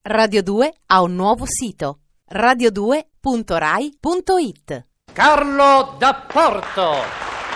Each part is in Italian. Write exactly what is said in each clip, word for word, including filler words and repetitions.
Radio due ha un nuovo sito: radio due punto rai punto it. Carlo D'Apporto.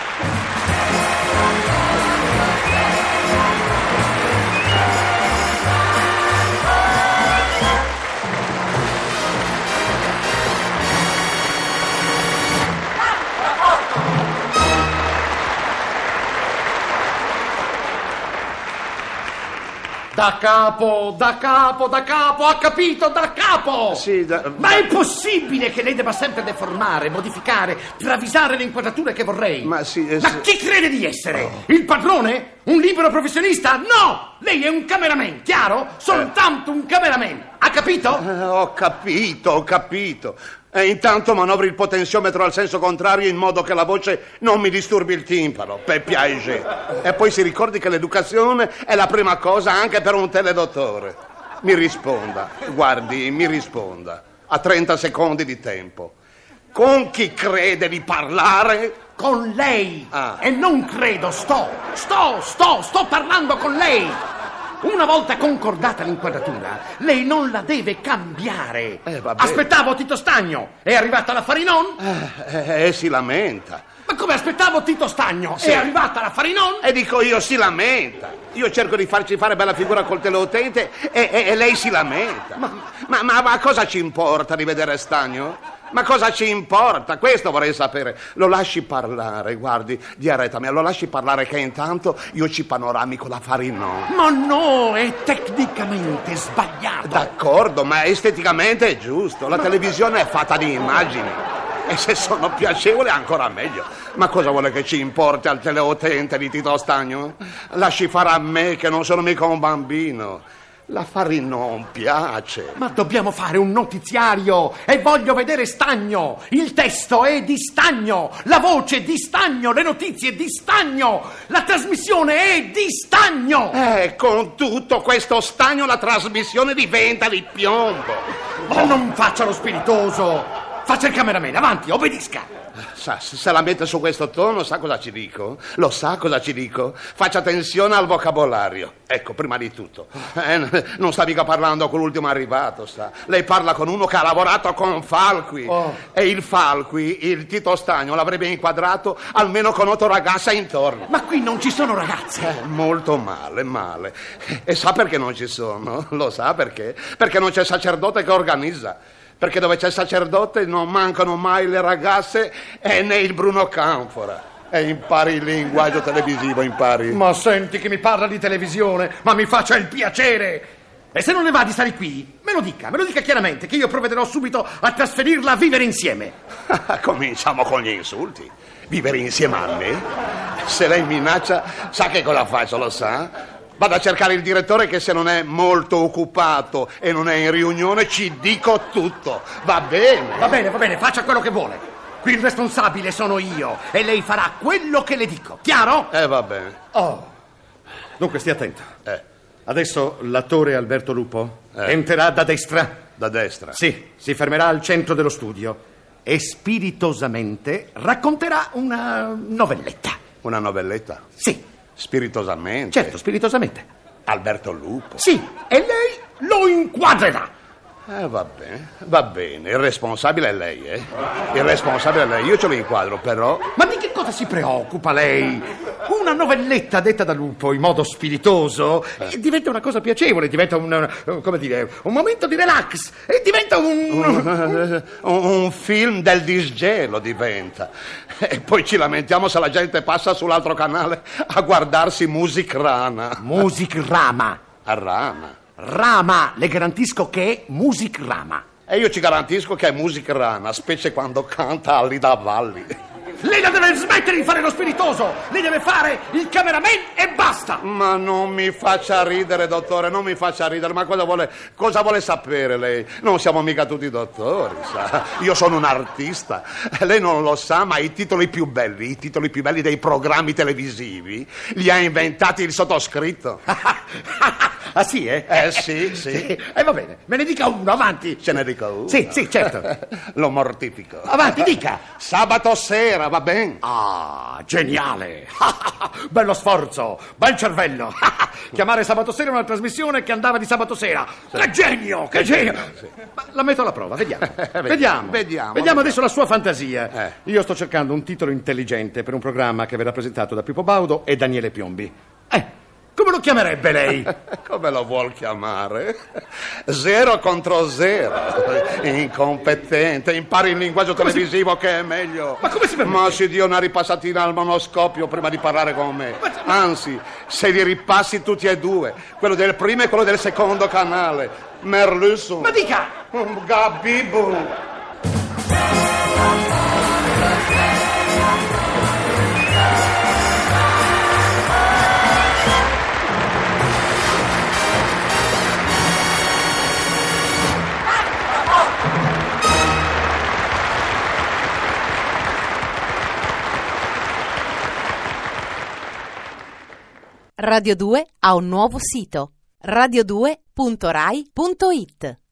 Da capo, da capo, da capo, ha capito, da capo! Sì, da... Ma è possibile che lei debba sempre deformare, modificare, travisare le inquadrature che vorrei? Ma sì... Eh, Ma sì. chi crede di essere? Oh. Il padrone? Un libero professionista? No! Lei è un cameraman, chiaro? Soltanto eh. un cameraman, ha capito? Eh, ho capito, ho capito. E intanto manovri il potenziometro al senso contrario in modo che la voce non mi disturbi il timpano, per piacere. E poi si ricordi che l'educazione è la prima cosa anche per un teledottore. Mi risponda, guardi, mi risponda. Ha trenta secondi di tempo. Con chi crede di parlare? Con lei. Ah. E non credo, sto, sto, sto, sto parlando con lei. Una volta concordata l'inquadratura, lei non la deve cambiare. Eh, vabbè. Aspettavo Tito Stagno. È arrivata la Farinon? Eh, eh, eh, si lamenta. Ma come aspettavo Tito Stagno? Sì. È arrivata la Farinon? E dico io, si lamenta. Io cerco di farci fare bella figura col teleutente e, e, e lei si lamenta. Ma, ma, ma, ma cosa ci importa di vedere Stagno? Ma cosa ci importa? Questo vorrei sapere. Lo lasci parlare, guardi, direttamente, lo lasci parlare che intanto io ci panoramico la Farinon. Ma no, è tecnicamente sbagliato. D'accordo, ma esteticamente è giusto. La ma... televisione è fatta di immagini. E se sono piacevoli ancora meglio. Ma cosa vuole che ci importi al teleutente di Tito Stagno? Lasci fare a me che non sono mica un bambino. La Farinon piace. Ma dobbiamo fare un notiziario e voglio vedere Stagno. Il testo è di Stagno, la voce di Stagno, le notizie di Stagno, la trasmissione è di Stagno. Eh, con tutto questo Stagno la trasmissione diventa di piombo. Ma oh. non faccia lo spiritoso. Faccia il cameraman, avanti, obbedisca. Sa, se la mette su questo tono, sa cosa ci dico? Lo sa cosa ci dico? Faccia attenzione al vocabolario. Ecco, prima di tutto. Eh, non sta mica parlando con l'ultimo arrivato, sa. Lei parla con uno che ha lavorato con Falqui. Oh. E il Falqui, il Tito Stagno, l'avrebbe inquadrato almeno con otto ragazze intorno. Ma qui non ci sono ragazze. Eh, molto male, male. E sa perché non ci sono? Lo sa perché? Perché non c'è sacerdote che organizza. Perché dove c'è il sacerdote non mancano mai le ragazze e né il Bruno Canfora. E impari il linguaggio televisivo, impari. Ma senti che mi parla di televisione, ma mi faccia il piacere. E se non ne va di stare qui, me lo dica, me lo dica chiaramente, che io provvederò subito a trasferirla a vivere insieme. Cominciamo con gli insulti. Vivere insieme a me? Se lei minaccia, sa che cosa faccio, lo sa? Vado a cercare il direttore che se non è molto occupato e non è in riunione ci dico tutto. Va bene? Va bene, va bene, faccia quello che vuole. Qui il responsabile sono io e lei farà quello che le dico. Chiaro? Eh, va bene. Oh. Dunque, stia attento. Eh. Adesso l'attore Alberto Lupo eh. entrerà da destra. Da destra? Sì, si fermerà al centro dello studio e spiritosamente racconterà una novelletta. Una novelletta? Sì. Spiritosamente? Certo, spiritosamente. Alberto Lupo? Sì, e lei lo inquadrerà. Eh, va bene, va bene. Il responsabile è lei, eh? Il responsabile è lei. Io ce lo inquadro, però... Ma di che cosa si preoccupa lei? Una novelletta detta da Lupo in modo spiritoso eh. diventa una cosa piacevole, diventa un, come dire, un momento di relax e diventa un... Un, un, un film del disgelo diventa. E poi ci lamentiamo se la gente passa sull'altro canale a guardarsi Music Rana. Music Rama. A Rama. Rama, le garantisco che è Music Rama. E io ci garantisco che è Music Rana, specie quando canta Alida Valli. Lei la deve smettere di fare lo spiritoso. Lei deve fare il cameraman e basta. Ma non mi faccia ridere, dottore, non mi faccia ridere. Ma cosa vuole, cosa vuole sapere lei? Non siamo mica tutti dottori, sa. Io sono un artista. Lei non lo sa, ma i titoli più belli, i titoli più belli dei programmi televisivi li ha inventati il sottoscritto. Ah sì, eh? Eh sì, sì. E eh, va bene, me ne dica uno, avanti. Ce ne dica uno? Sì, sì, certo. Lo mortifico. Avanti, dica. Sabato sera sera, va bene? Ah, geniale! Bello sforzo, bel cervello! Chiamare sabato sera una trasmissione che andava di sabato sera! Che genio, che genio! Ma la metto alla prova, vediamo. Vediamo, vediamo. Vediamo adesso la sua fantasia. Eh. Io sto cercando un titolo intelligente per un programma che verrà presentato da Pippo Baudo e Daniele Piombi. Eh, come lo chiamerebbe lei? Come lo vuol chiamare? Zero contro zero. Incompetente. Impari il linguaggio Come televisivo si... che è meglio. Ma come si permette? Ma si dia una ripassatina al monoscopio prima di parlare con me. Ma... Anzi, se li ripassi tutti e due, quello del primo e quello del secondo canale. Merlusso. Ma dica! Gabibu. Radio due ha un nuovo sito, radio due punto rai punto it.